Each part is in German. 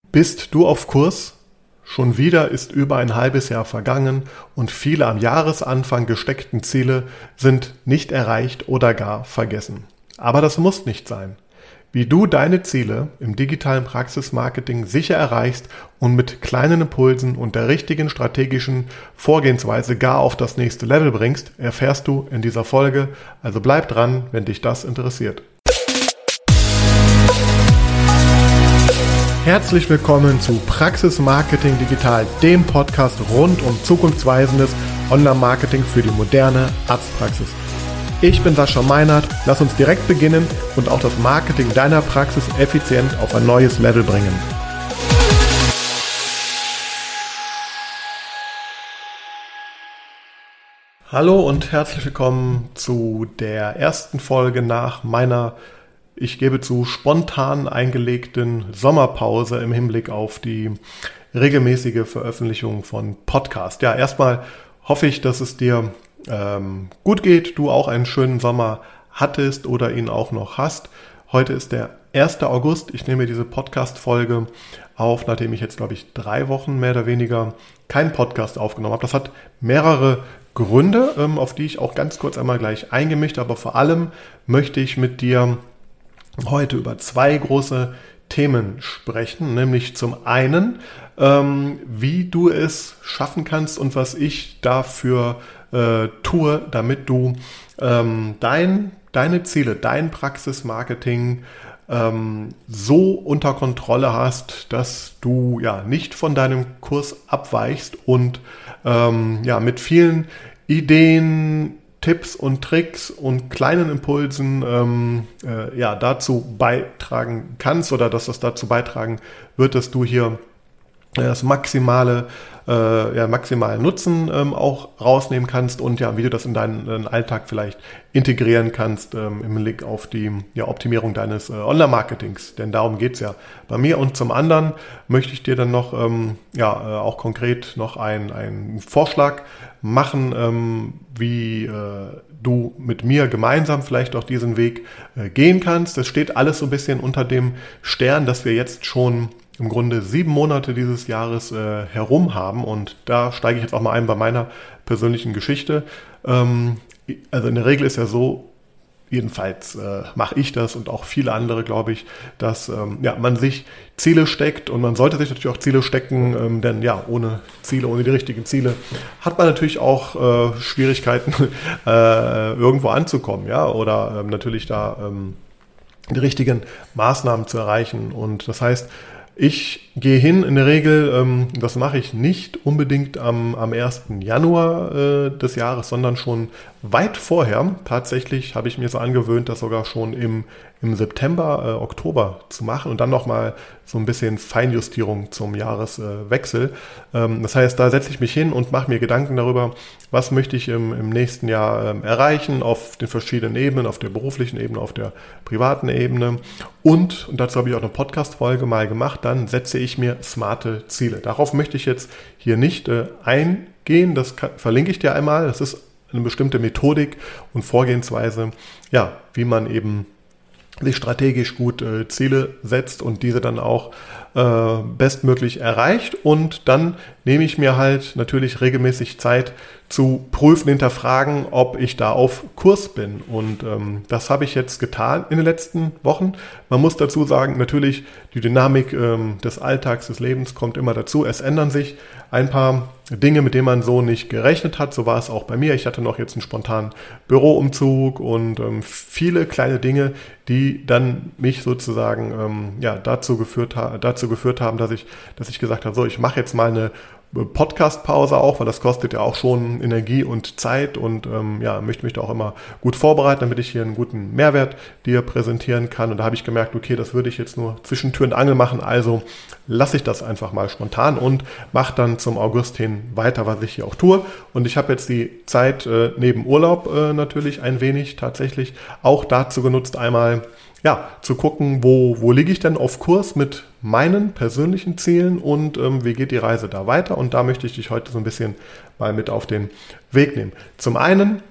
Bist du auf Kurs? Schon wieder ist über ein halbes Jahr vergangen und viele am Jahresanfang gesteckten Ziele sind nicht erreicht oder gar vergessen. Aber das muss nicht sein. Wie du deine Ziele im digitalen Praxismarketing sicher erreichst und mit kleinen Impulsen und der richtigen strategischen Vorgehensweise gar auf das nächste Level bringst, erfährst du in dieser Folge. Also bleib dran, wenn dich das interessiert. Herzlich willkommen zu Praxis Marketing Digital, dem Podcast rund um zukunftsweisendes Online-Marketing für die moderne Arztpraxis. Ich bin Sascha Meinert, lass uns direkt beginnen und auch das Marketing deiner Praxis effizient auf ein neues Level bringen. Hallo und herzlich willkommen zu der ersten Folge nach meiner, ich gebe zu, spontan eingelegten Sommerpause im Hinblick auf die regelmäßige Veröffentlichung von Podcast. Ja, erstmal hoffe ich, dass es dir gut geht, du auch einen schönen Sommer hattest oder ihn auch noch hast. Heute ist der 1. August. Ich nehme diese Podcast-Folge auf, nachdem ich jetzt, glaube ich, 3 Wochen mehr oder weniger keinen Podcast aufgenommen habe. Das hat mehrere Gründe, auf die ich auch ganz kurz einmal gleich eingehen möchte. Aber vor allem möchte ich mit dir heute über 2 große Themen sprechen, nämlich zum einen, wie du es schaffen kannst und was ich dafür tue, damit du deine Ziele, dein Praxismarketing so unter Kontrolle hast, dass du ja nicht von deinem Kurs abweichst und mit vielen Ideen, Tipps und Tricks und kleinen Impulsen dazu beitragen kannst oder dass das dazu beitragen wird, dass du hier das maximalen Nutzen auch rausnehmen kannst und ja, wie du das in deinen Alltag vielleicht integrieren kannst im Hinblick auf die Optimierung deines Online-Marketings. Denn darum geht's ja bei mir. Und zum anderen möchte ich dir dann noch auch konkret noch einen Vorschlag machen, wie du mit mir gemeinsam vielleicht auch diesen Weg gehen kannst. Das steht alles so ein bisschen unter dem Stern, dass wir jetzt schon im Grunde 7 Monate dieses Jahres herum haben, und da steige ich jetzt auch mal ein bei meiner persönlichen Geschichte. Also in der Regel ist ja so, jedenfalls mache ich das und auch viele andere, glaube ich, dass man sich Ziele steckt, und man sollte sich natürlich auch Ziele stecken, denn ja, ohne Ziele, ohne die richtigen Ziele hat man natürlich auch Schwierigkeiten, irgendwo anzukommen, ja, oder natürlich da die richtigen Maßnahmen zu erreichen. Und das heißt, ich gehe hin in der Regel, das mache ich nicht unbedingt am 1. Januar des Jahres, sondern schon weit vorher. Tatsächlich habe ich mir so angewöhnt, das sogar schon im September, Oktober zu machen und dann nochmal so ein bisschen Feinjustierung zum Jahreswechsel. Das heißt, da setze ich mich hin und mache mir Gedanken darüber, was möchte ich im nächsten Jahr erreichen auf den verschiedenen Ebenen, auf der beruflichen Ebene, auf der privaten Ebene. Und dazu habe ich auch eine Podcast-Folge mal gemacht, dann setze ich mir smarte Ziele. Darauf möchte ich jetzt hier nicht eingehen, das verlinke ich dir einmal. Das ist eine bestimmte Methodik und Vorgehensweise, ja, wie man eben sich strategisch gut Ziele setzt und diese dann auch bestmöglich erreicht. Und dann nehme ich mir halt natürlich regelmäßig Zeit zu prüfen, hinterfragen, ob ich da auf Kurs bin. Und das habe ich jetzt getan in den letzten Wochen. Man muss dazu sagen, natürlich die Dynamik des Alltags, des Lebens kommt immer dazu. Es ändern sich ein paar Dinge, mit denen man so nicht gerechnet hat. So war es auch bei mir. Ich hatte noch jetzt einen spontanen Büroumzug und viele kleine Dinge, die dann mich sozusagen dazu geführt haben, dass ich gesagt habe, so, ich mache jetzt mal eine Podcast-Pause auch, weil das kostet ja auch schon Energie und Zeit und möchte mich da auch immer gut vorbereiten, damit ich hier einen guten Mehrwert dir präsentieren kann. Und da habe ich gemerkt, okay, das würde ich jetzt nur zwischen Tür und Angel machen, also lasse ich das einfach mal spontan und mache dann zum August hin weiter, was ich hier auch tue. Und ich habe jetzt die Zeit neben Urlaub natürlich ein wenig tatsächlich auch dazu genutzt, einmal zu gucken, wo liege ich denn auf Kurs mit meinen persönlichen Zielen und wie geht die Reise da weiter. Und da möchte ich dich heute so ein bisschen mal mit auf den Weg nehmen. Zum einen,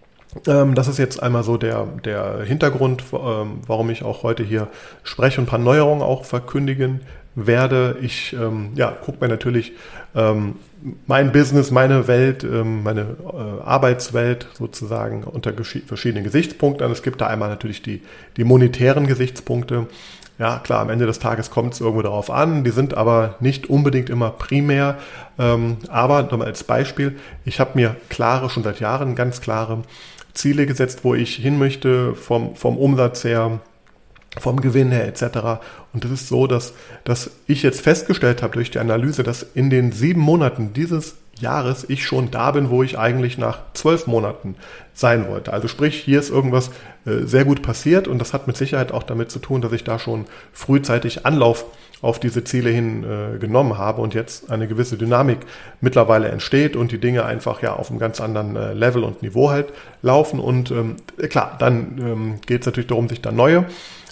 das ist jetzt einmal so der Hintergrund, warum ich auch heute hier spreche und ein paar Neuerungen auch verkündigen werde. Ich gucke mir natürlich mein Business, meine Welt, meine Arbeitswelt sozusagen unter verschiedenen Gesichtspunkten an. Es gibt da einmal natürlich die monetären Gesichtspunkte. Ja, klar, am Ende des Tages kommt es irgendwo darauf an. Die sind aber nicht unbedingt immer primär. Aber nochmal als Beispiel, ich habe mir schon seit Jahren ganz klare Ziele gesetzt, wo ich hin möchte vom Umsatz her, vom Gewinn her etc. Und das ist so, dass ich jetzt festgestellt habe durch die Analyse, dass in den 7 Monaten dieses Jahres ich schon da bin, wo ich eigentlich nach 12 Monaten sein wollte. Also sprich, hier ist irgendwas sehr gut passiert und das hat mit Sicherheit auch damit zu tun, dass ich da schon frühzeitig Anlauf auf diese Ziele hin genommen habe und jetzt eine gewisse Dynamik mittlerweile entsteht und die Dinge einfach ja auf einem ganz anderen Level und Niveau halt laufen. Und klar, dann geht es natürlich darum, sich da neue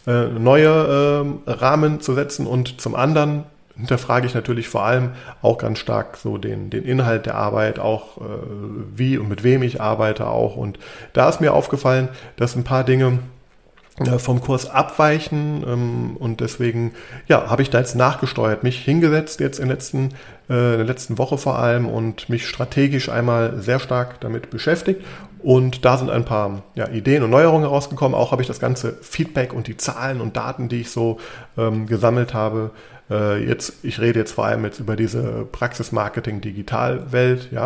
Rahmen zu setzen und zum anderen hinterfrage ich natürlich vor allem auch ganz stark so den Inhalt der Arbeit, auch wie und mit wem ich arbeite auch. Und da ist mir aufgefallen, dass ein paar Dinge vom Kurs abweichen und deswegen habe ich da jetzt nachgesteuert, mich hingesetzt jetzt in der letzten Woche vor allem und mich strategisch einmal sehr stark damit beschäftigt und da sind ein paar Ideen und Neuerungen herausgekommen. Auch habe ich das ganze Feedback und die Zahlen und Daten, die ich so gesammelt habe. Ich rede jetzt vor allem jetzt über diese Praxis-Marketing-Digital-Welt,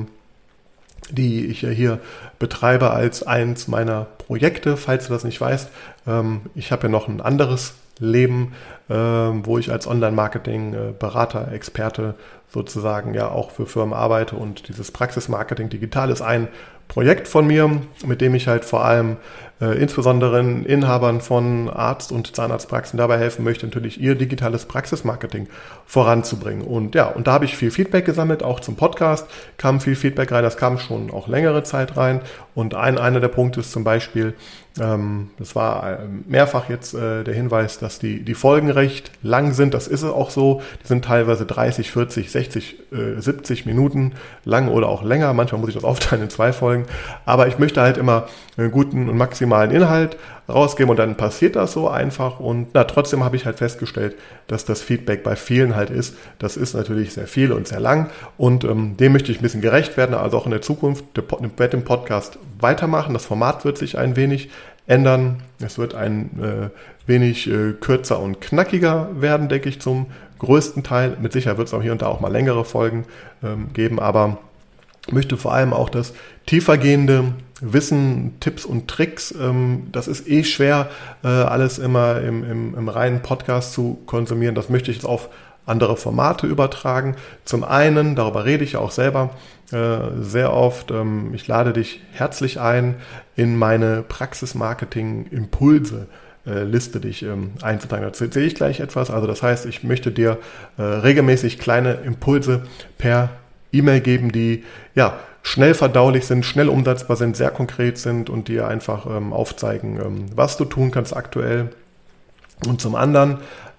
die ich hier betreibe als eins meiner Projekte, falls du das nicht weißt. Ich habe ja noch ein anderes Leben, wo ich als Online-Marketing-Berater, Experte sozusagen auch für Firmen arbeite und dieses Praxis-Marketing Digital ist ein Projekt von mir, mit dem ich halt vor allem insbesondere Inhabern von Arzt- und Zahnarztpraxen dabei helfen möchte, natürlich ihr digitales Praxismarketing voranzubringen. Und da habe ich viel Feedback gesammelt, auch zum Podcast kam viel Feedback rein, das kam schon auch längere Zeit rein. Und einer der Punkte ist zum Beispiel, das war mehrfach jetzt der Hinweis, dass die Folgen recht lang sind. Das ist auch so. Die sind teilweise 30, 40, 60, 70 Minuten lang oder auch länger. Manchmal muss ich das aufteilen in 2 Folgen. Aber ich möchte halt immer einen guten und maximalen Inhalt rausgeben und dann passiert das so einfach und trotzdem habe ich halt festgestellt, dass das Feedback bei vielen halt ist, das ist natürlich sehr viel und sehr lang und dem möchte ich ein bisschen gerecht werden, also auch in der Zukunft werde den Podcast weitermachen, das Format wird sich ein wenig ändern, es wird ein wenig kürzer und knackiger werden, denke ich, zum größten Teil, mit Sicherheit wird es auch hier und da auch mal längere Folgen geben, aber möchte vor allem auch das tiefergehende Wissen, Tipps und Tricks, das ist schwer, alles immer im reinen Podcast zu konsumieren. Das möchte ich jetzt auf andere Formate übertragen. Zum einen, darüber rede ich ja auch selber sehr oft, ich lade dich herzlich ein, in meine Praxis-Marketing-Impulse Liste dich einzutragen. Dazu erzähle ich gleich etwas. Also das heißt, ich möchte dir regelmäßig kleine Impulse per E-Mail geben, die schnell verdaulich sind, schnell umsetzbar sind, sehr konkret sind und dir einfach aufzeigen, was du tun kannst aktuell. Und zum anderen,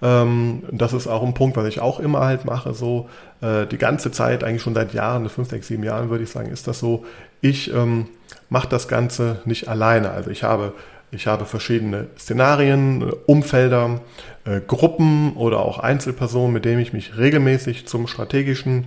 das ist auch ein Punkt, was ich auch immer halt mache, so die ganze Zeit, eigentlich schon seit Jahren, 5, 6, 7 Jahren würde ich sagen, ist das so, ich mache das Ganze nicht alleine. Also ich habe verschiedene Szenarien, Umfelder, Gruppen oder auch Einzelpersonen, mit denen ich mich regelmäßig zur strategischen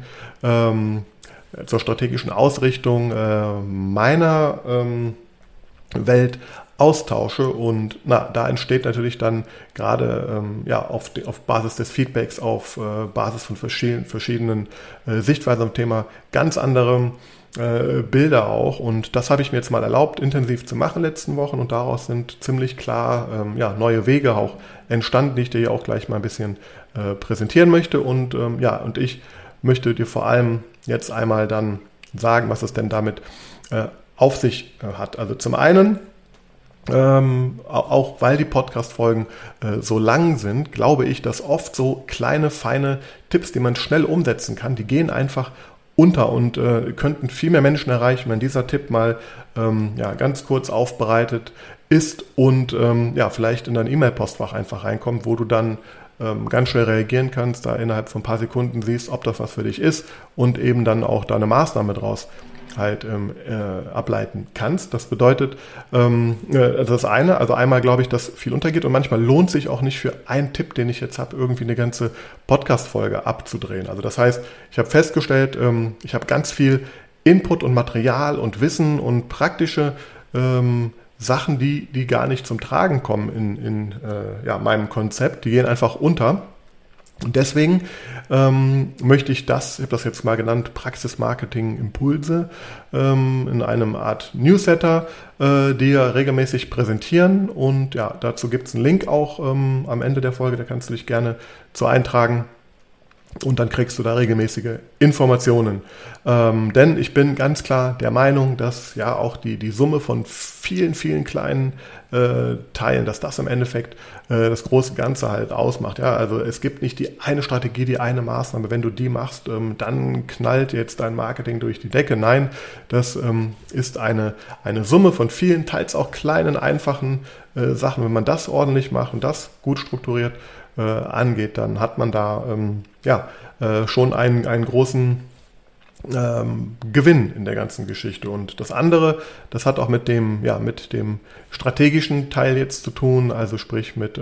Ausrichtung meiner Welt austausche und da entsteht natürlich dann gerade auf Basis des Feedbacks, auf Basis von verschiedenen Sichtweisen am Thema ganz andere Bilder auch und das habe ich mir jetzt mal erlaubt, intensiv zu machen letzten Wochen und daraus sind ziemlich klar neue Wege auch entstanden, die ich dir ja auch gleich mal ein bisschen präsentieren möchte und ich möchte dir vor allem jetzt einmal dann sagen, was es denn damit auf sich hat. Also zum einen, auch weil die Podcast-Folgen so lang sind, glaube ich, dass oft so kleine, feine Tipps, die man schnell umsetzen kann, die gehen einfach unter und könnten viel mehr Menschen erreichen, wenn dieser Tipp mal ganz kurz aufbereitet ist und vielleicht in dein E-Mail-Postfach einfach reinkommt, wo du dann ganz schnell reagieren kannst, da innerhalb von ein paar Sekunden siehst, ob das was für dich ist und eben dann auch da eine Maßnahme draus halt ableiten kannst. Das bedeutet, das eine, also einmal glaube ich, dass viel untergeht und manchmal lohnt sich auch nicht für einen Tipp, den ich jetzt habe, irgendwie eine ganze Podcast-Folge abzudrehen. Also das heißt, ich habe festgestellt, ich habe ganz viel Input und Material und Wissen und praktische Sachen, die gar nicht zum Tragen kommen in meinem Konzept, die gehen einfach unter. Und deswegen möchte ich das, ich habe das jetzt mal genannt, Praxis-Marketing-Impulse in einem Art Newsletter dir regelmäßig präsentieren. Und ja, dazu gibt es einen Link auch am Ende der Folge, da kannst du dich gerne zu eintragen. Und dann kriegst du da regelmäßige Informationen. Denn ich bin ganz klar der Meinung, dass ja auch die Summe von vielen, vielen kleinen Teilen, dass das im Endeffekt das große Ganze halt ausmacht. Ja, also es gibt nicht die eine Strategie, die eine Maßnahme. Wenn du die machst, dann knallt jetzt dein Marketing durch die Decke. Nein, das ist eine Summe von vielen, teils auch kleinen, einfachen Sachen. Wenn man das ordentlich macht und das gut strukturiert angeht, dann hat man da schon einen großen Gewinn in der ganzen Geschichte. Und das andere, das hat auch mit dem strategischen Teil jetzt zu tun, also sprich mit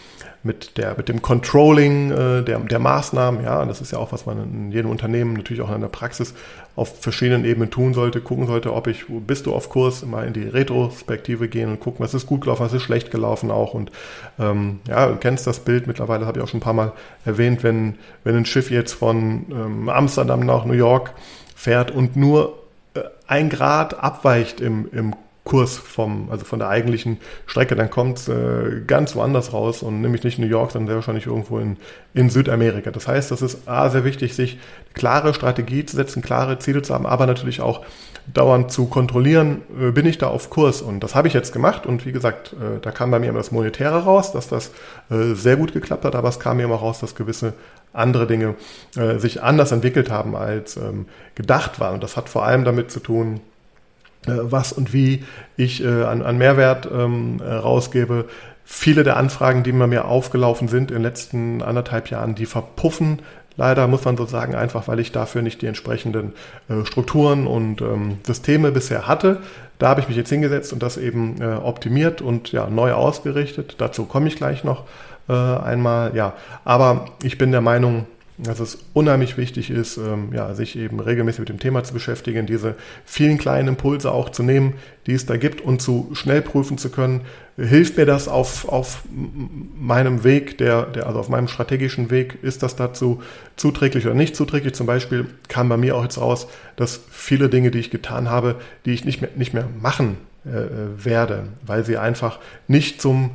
dem Controlling der Maßnahmen. Ja, das ist ja auch, was man in jedem Unternehmen, natürlich auch in der Praxis auf verschiedenen Ebenen tun sollte, gucken sollte, bist du auf Kurs, immer in die Retrospektive gehen und gucken, was ist gut gelaufen, was ist schlecht gelaufen auch. Und du kennst das Bild mittlerweile, das habe ich auch schon ein paar Mal erwähnt, wenn ein Schiff jetzt von Amsterdam nach New York fährt und nur 1 Grad abweicht im Kurs von der eigentlichen Strecke, dann kommt es ganz woanders raus und nämlich nicht New York, sondern sehr wahrscheinlich irgendwo in Südamerika. Das heißt, das ist sehr wichtig, sich eine klare Strategie zu setzen, klare Ziele zu haben, aber natürlich auch dauernd zu kontrollieren, bin ich da auf Kurs. Und das habe ich jetzt gemacht und wie gesagt, da kam bei mir immer das Monetäre raus, dass das sehr gut geklappt hat, aber es kam mir immer raus, dass gewisse andere Dinge sich anders entwickelt haben, als gedacht waren. Und das hat vor allem damit zu tun, was und wie ich an Mehrwert rausgebe. Viele der Anfragen, die bei mir aufgelaufen sind in den letzten 1,5 Jahren, die verpuffen. Leider muss man so sagen, einfach weil ich dafür nicht die entsprechenden Strukturen und Systeme bisher hatte. Da habe ich mich jetzt hingesetzt und das eben optimiert und neu ausgerichtet. Dazu komme ich gleich noch einmal. Ja, aber ich bin der Meinung, dass es unheimlich wichtig ist, sich eben regelmäßig mit dem Thema zu beschäftigen, diese vielen kleinen Impulse auch zu nehmen, die es da gibt und zu schnell prüfen zu können. Hilft mir das auf meinem Weg, also auf meinem strategischen Weg, ist das dazu zuträglich oder nicht zuträglich? Zum Beispiel kam bei mir auch jetzt raus, dass viele Dinge, die ich getan habe, die ich nicht mehr machen werde, weil sie einfach nicht zum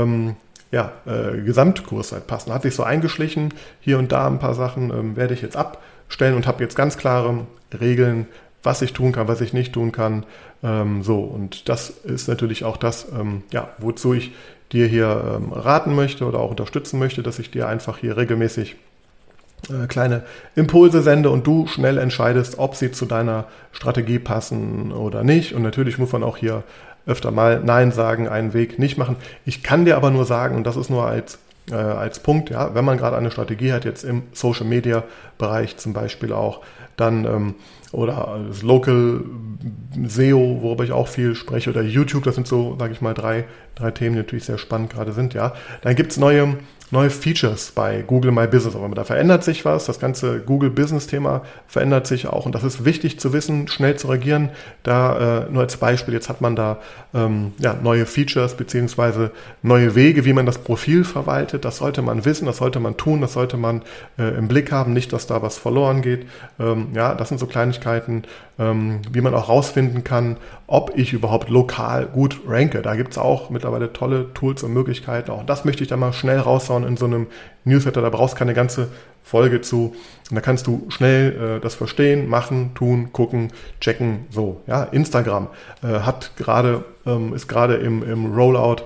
Gesamtkurs halt passen. Hat sich so eingeschlichen, hier und da ein paar Sachen werde ich jetzt abstellen und habe jetzt ganz klare Regeln, was ich tun kann, was ich nicht tun kann. Und das ist natürlich auch das, wozu ich dir hier raten möchte oder auch unterstützen möchte, dass ich dir einfach hier regelmäßig kleine Impulse sende und du schnell entscheidest, ob sie zu deiner Strategie passen oder nicht. Und natürlich muss man auch hier öfter mal Nein sagen, einen Weg nicht machen. Ich kann dir aber nur sagen, und das ist nur als Punkt, wenn man gerade eine Strategie hat, jetzt im Social Media Bereich zum Beispiel auch, dann oder das Local SEO, worüber ich auch viel spreche, oder YouTube, das sind so, sage ich mal, drei Themen, die natürlich sehr spannend gerade sind, Dann gibt es neue Features bei Google My Business. Aber da verändert sich was, das ganze Google Business Thema verändert sich auch und das ist wichtig zu wissen, schnell zu reagieren. Da nur als Beispiel, jetzt hat man da neue Features beziehungsweise neue Wege, wie man das Profil verwaltet. Das sollte man wissen, das sollte man tun, das sollte man im Blick haben, nicht, dass da was verloren geht. Das sind so Kleinigkeiten, wie man auch rausfinden kann, ob ich überhaupt lokal gut ranke. Da gibt es auch mittlerweile tolle Tools und Möglichkeiten. Auch das möchte ich dann mal schnell raushauen in so einem Newsletter. Da brauchst du keine ganze Folge zu. Und da kannst du schnell das verstehen, machen, tun, gucken, checken. So, Instagram ist gerade im Rollout.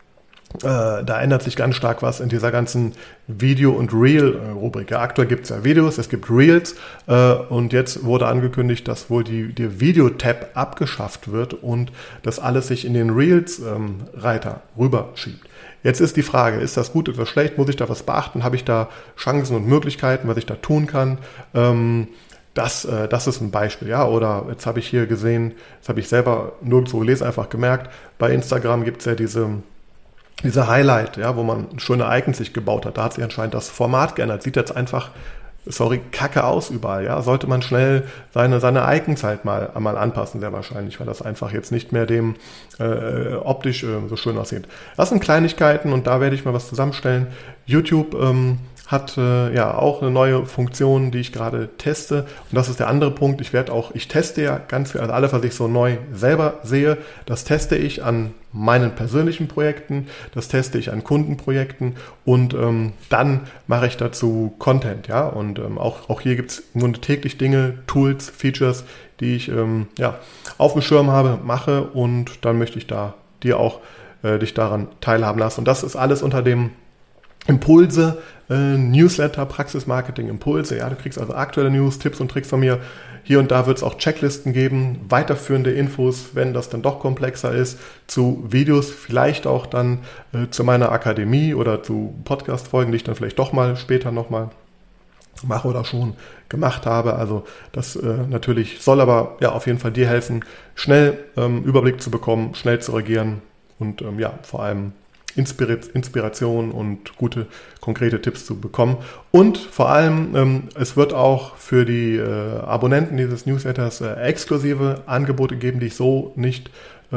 Da ändert sich ganz stark was in dieser ganzen Video- und Reel-Rubrik. Aktuell gibt es ja Videos, es gibt Reels und jetzt wurde angekündigt, dass wohl der Video-Tab abgeschafft wird und das alles sich in den Reels-Reiter rüberschiebt. Jetzt ist die Frage, ist das gut oder schlecht? Muss ich da was beachten? Habe ich da Chancen und Möglichkeiten, was ich da tun kann? Das ist ein Beispiel, ja. Oder jetzt habe ich hier gesehen, das habe ich selber nirgendwo gelesen, einfach gemerkt, bei Instagram gibt es ja diese Highlight, ja, wo man schöne Icons sich gebaut hat. Da hat sich anscheinend das Format geändert. Sieht jetzt einfach, kacke aus überall, ja. Sollte man schnell seine Icons halt mal anpassen, sehr wahrscheinlich, weil das einfach jetzt nicht mehr dem optisch so schön aussieht. Das sind Kleinigkeiten und da werde ich mal was zusammenstellen. YouTube hat auch eine neue Funktion, die ich gerade teste. Und das ist der andere Punkt. Ich teste ja ganz viel, also alles, was ich so neu selber sehe, das teste ich an meinen persönlichen Projekten, das teste ich an Kundenprojekten und dann mache ich dazu Content, ja. Und auch hier gibt es im Grunde täglich Dinge, Tools, Features, die ich auf dem Schirm habe, mache und dann möchte ich da dir auch dich daran teilhaben lassen. Und das ist alles unter dem Impulse, Newsletter, Praxismarketing, Impulse. Ja, du kriegst also aktuelle News, Tipps und Tricks von mir. Hier und da wird es auch Checklisten geben, weiterführende Infos, wenn das dann doch komplexer ist, zu Videos, vielleicht auch dann zu meiner Akademie oder zu Podcast-Folgen, die ich dann vielleicht doch mal später nochmal mache oder schon gemacht habe. Also das natürlich soll aber ja auf jeden Fall dir helfen, schnell Überblick zu bekommen, schnell zu reagieren und vor allem Inspiration und gute, konkrete Tipps zu bekommen. Und vor allem, es wird auch für die Abonnenten dieses Newsletters exklusive Angebote geben, die ich so nicht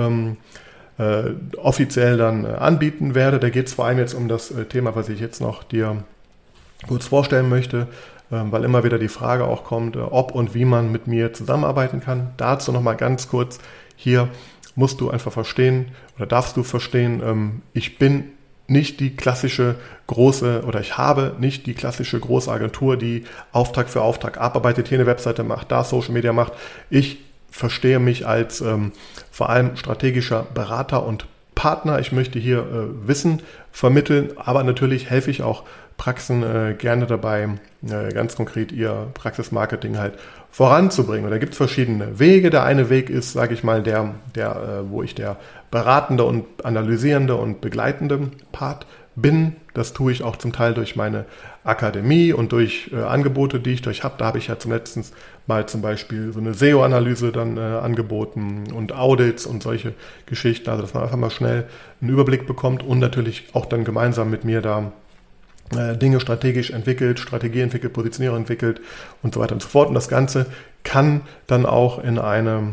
offiziell dann anbieten werde. Da geht es vor allem jetzt um das Thema, was ich jetzt noch dir kurz vorstellen möchte, weil immer wieder die Frage auch kommt, ob und wie man mit mir zusammenarbeiten kann. Dazu nochmal ganz kurz hier. Musst du einfach verstehen oder darfst du verstehen, ich bin nicht die klassische große oder ich habe nicht die klassische große Agentur, die Auftrag für Auftrag abarbeitet, hier eine Webseite macht, da Social Media macht. Ich verstehe mich als vor allem strategischer Berater und Partner. Ich möchte hier Wissen vermitteln, aber natürlich helfe ich auch Praxen gerne dabei, ganz konkret ihr Praxismarketing halt voranzubringen. Und da gibt es verschiedene Wege. Der eine Weg ist, sage ich mal, wo ich der beratende und analysierende und begleitende Part bin. Das tue ich auch zum Teil durch meine Akademie und durch Angebote, die ich habe. Da habe ich ja zum letzten Mal zum Beispiel so eine SEO-Analyse dann angeboten und Audits und solche Geschichten. Also dass man einfach mal schnell einen Überblick bekommt und natürlich auch dann gemeinsam mit mir da Dinge strategisch entwickelt, Strategie entwickelt, Positionierung entwickelt und so weiter und so fort. Und das Ganze kann dann auch in eine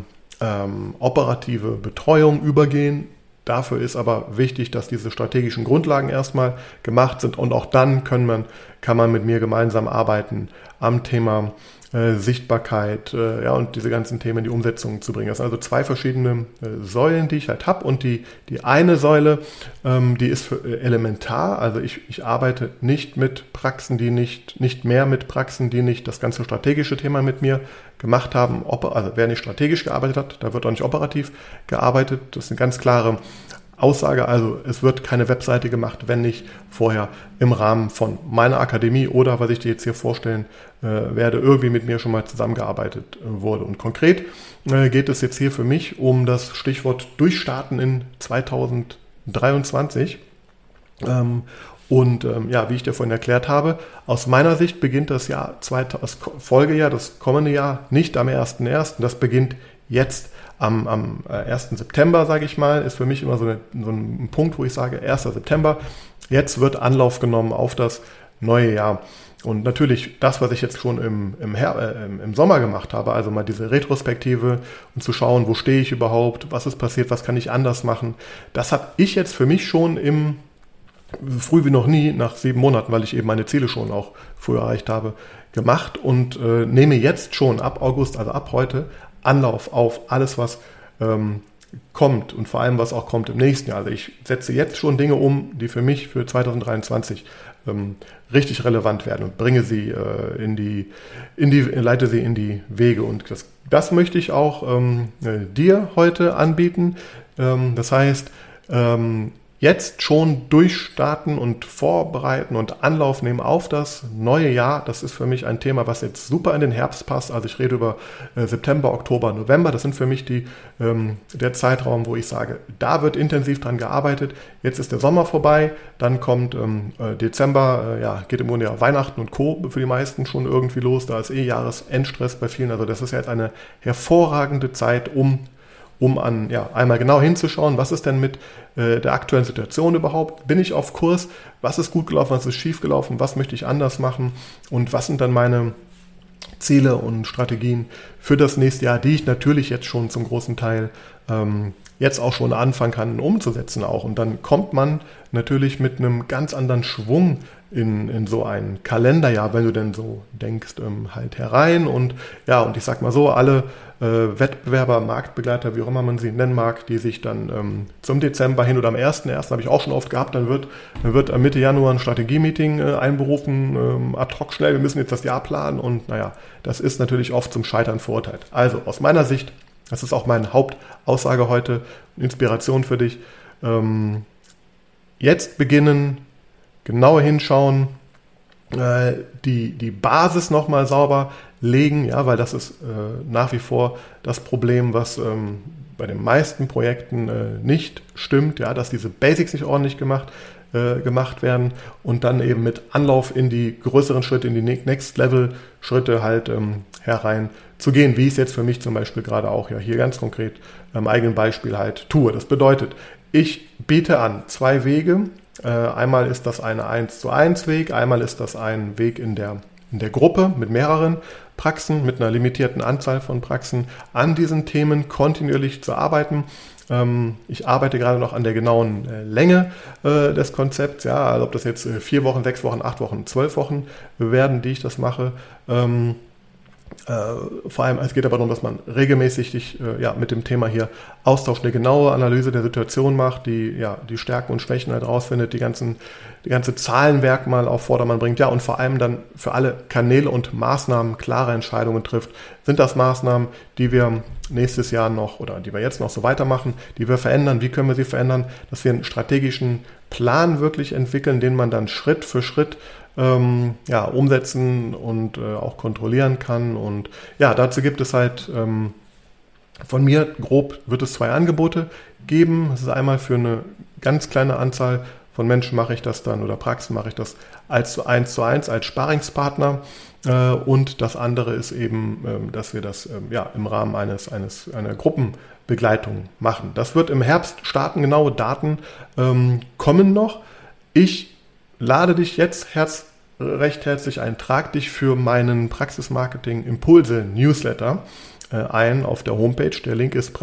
operative Betreuung übergehen. Dafür ist aber wichtig, dass diese strategischen Grundlagen erstmal gemacht sind und auch dann kann man mit mir gemeinsam arbeiten am Thema Sichtbarkeit und diese ganzen Themen in die Umsetzung zu bringen. Das sind also zwei verschiedene Säulen, die ich halt habe und die eine Säule, die ist elementar, also ich arbeite nicht mit Praxen, die nicht mehr mit Praxen, die nicht das ganze strategische Thema mit mir gemacht haben. Also wer nicht strategisch gearbeitet hat, da wird auch nicht operativ gearbeitet. Das ist eine ganz klare Aussage, also es wird keine Webseite gemacht, wenn nicht vorher im Rahmen von meiner Akademie oder was ich dir jetzt hier vorstellen werde, irgendwie mit mir schon mal zusammengearbeitet wurde. Und konkret geht es jetzt hier für mich um das Stichwort Durchstarten in 2023. Wie ich dir vorhin erklärt habe, aus meiner Sicht beginnt das Folgejahr, das kommende Jahr nicht am 1.1., das beginnt jetzt. Am 1. September, sage ich mal, ist für mich immer so ein Punkt, wo ich sage, 1. September, jetzt wird Anlauf genommen auf das neue Jahr. Und natürlich das, was ich jetzt schon im Sommer gemacht habe, also mal diese Retrospektive und zu schauen, wo stehe ich überhaupt, was ist passiert, was kann ich anders machen, das habe ich jetzt für mich schon früh wie noch nie, nach 7 Monaten, weil ich eben meine Ziele schon auch früher erreicht habe, gemacht und nehme jetzt schon ab August, also ab heute, Anlauf auf alles, was kommt und vor allem, was auch kommt im nächsten Jahr. Also ich setze jetzt schon Dinge um, die für mich für 2023 richtig relevant werden und bringe sie leite sie in die Wege. Und das möchte ich auch dir heute anbieten. Das heißt, jetzt schon durchstarten und vorbereiten und Anlauf nehmen auf das neue Jahr. Das ist für mich ein Thema, was jetzt super in den Herbst passt. Also ich rede über September, Oktober, November. Das sind für mich der Zeitraum, wo ich sage, da wird intensiv dran gearbeitet. Jetzt ist der Sommer vorbei, dann kommt Dezember, geht im Grunde ja Weihnachten und Co. für die meisten schon irgendwie los. Da ist Jahresendstress bei vielen. Also das ist jetzt eine hervorragende Zeit, um einmal genau hinzuschauen, was ist denn mit der aktuellen Situation überhaupt? Bin ich auf Kurs? Was ist gut gelaufen? Was ist schief gelaufen? Was möchte ich anders machen? Und was sind dann meine Ziele und Strategien für das nächste Jahr, die ich natürlich jetzt schon zum großen Teil jetzt auch schon anfangen kann umzusetzen auch. Und dann kommt man natürlich mit einem ganz anderen Schwung in so ein Kalenderjahr, wenn du denn so denkst, halt herein. Und ich sag mal so, alle Wettbewerber, Marktbegleiter, wie auch immer man sie nennen mag, die sich dann zum Dezember hin oder am 1.1. habe ich auch schon oft gehabt, dann wird Mitte Januar ein Strategie-Meeting einberufen, ad hoc schnell, wir müssen jetzt das Jahr planen und das ist natürlich oft zum Scheitern verurteilt. Also aus meiner Sicht, das ist auch meine Hauptaussage heute, Inspiration für dich, jetzt beginnen, genauer hinschauen, die Basis nochmal sauber legen, weil das ist nach wie vor das Problem, was bei den meisten Projekten nicht stimmt, dass diese Basics nicht ordentlich gemacht werden und dann eben mit Anlauf in die größeren Schritte, in die Next-Level-Schritte halt herein zu gehen, wie ich es jetzt für mich zum Beispiel gerade auch hier ganz konkret am eigenen Beispiel halt tue. Das bedeutet, ich biete an 2 Wege. Einmal ist das ein 1:1 Weg, einmal ist das ein Weg in der Gruppe mit mehreren Praxen, mit einer limitierten Anzahl von Praxen, an diesen Themen kontinuierlich zu arbeiten. Ich arbeite gerade noch an der genauen Länge des Konzepts, also ob das jetzt 4 Wochen, 6 Wochen, 8 Wochen, 12 Wochen werden, die ich das mache. Vor allem, es geht aber darum, dass man regelmäßig sich mit dem Thema hier austauscht, eine genaue Analyse der Situation macht, die Stärken und Schwächen halt rausfindet, die ganze Zahlenwerk mal auf Vordermann bringt, und vor allem dann für alle Kanäle und Maßnahmen klare Entscheidungen trifft. Sind das Maßnahmen, die wir nächstes Jahr noch oder die wir jetzt noch so weitermachen, die wir verändern? Wie können wir sie verändern? Dass wir einen strategischen Plan wirklich entwickeln, den man dann Schritt für Schritt umsetzen und auch kontrollieren kann. Und dazu gibt es halt von mir grob wird es 2 Angebote geben. Das ist einmal für eine ganz kleine Anzahl von Menschen mache ich das dann oder Praxen mache ich das als 1:1 als Sparingspartner. Und das andere ist eben, dass wir das im Rahmen einer Gruppenbegleitung machen. Das wird im Herbst starten, genaue Daten kommen noch. Ich lade dich jetzt recht herzlich ein, trag dich für meinen Praxismarketing Impulse Newsletter ein auf der Homepage. Der Link ist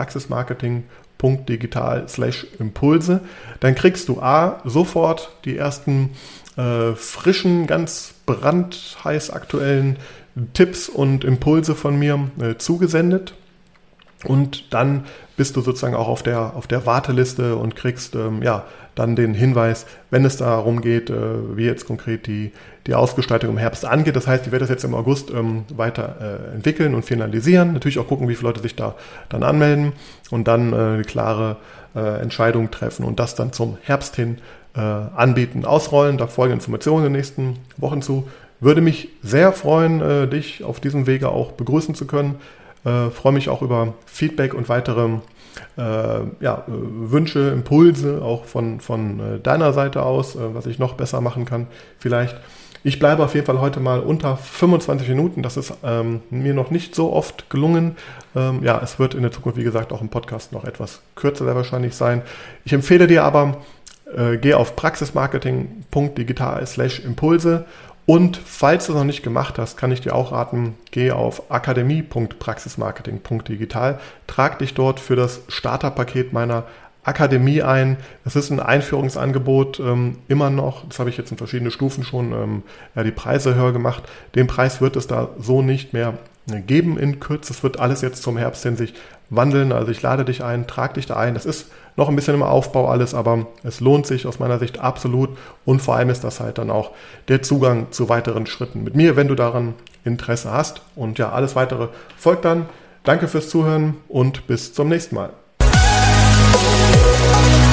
praxismarketing.digital/Impulse. Dann kriegst du sofort die ersten frischen, ganz brandheiß aktuellen Tipps und Impulse von mir zugesendet. Und dann bist du sozusagen auch auf der Warteliste und kriegst dann den Hinweis, wenn es darum geht, wie jetzt konkret die Ausgestaltung im Herbst angeht. Das heißt, ich werde das jetzt im August weiter entwickeln und finalisieren. Natürlich auch gucken, wie viele Leute sich da dann anmelden und dann eine klare Entscheidung treffen und das dann zum Herbst hin anbieten, ausrollen. Da folgen Informationen in den nächsten Wochen zu. Würde mich sehr freuen, dich auf diesem Wege auch begrüßen zu können. Freue mich auch über Feedback und weitere Wünsche, Impulse auch von deiner Seite aus, was ich noch besser machen kann vielleicht. Ich bleibe auf jeden Fall heute mal unter 25 Minuten. Das ist mir noch nicht so oft gelungen. Es wird in der Zukunft, wie gesagt, auch im Podcast noch etwas kürzer sehr wahrscheinlich sein. Ich empfehle dir aber, geh auf praxismarketing.digital/Impulse. Und falls du es noch nicht gemacht hast, kann ich dir auch raten, geh auf akademie.praxismarketing.digital, trag dich dort für das Starterpaket meiner Akademie ein. Das ist ein Einführungsangebot immer noch, das habe ich jetzt in verschiedene Stufen schon die Preise höher gemacht. Den Preis wird es da so nicht mehr geben in Kürze. Es wird alles jetzt zum Herbst hin sich wandeln. Also ich lade dich ein, trag dich da ein. Das ist noch ein bisschen im Aufbau alles, aber es lohnt sich aus meiner Sicht absolut und vor allem ist das halt dann auch der Zugang zu weiteren Schritten mit mir, wenn du daran Interesse hast. Und alles weitere folgt dann. Danke fürs Zuhören und bis zum nächsten Mal.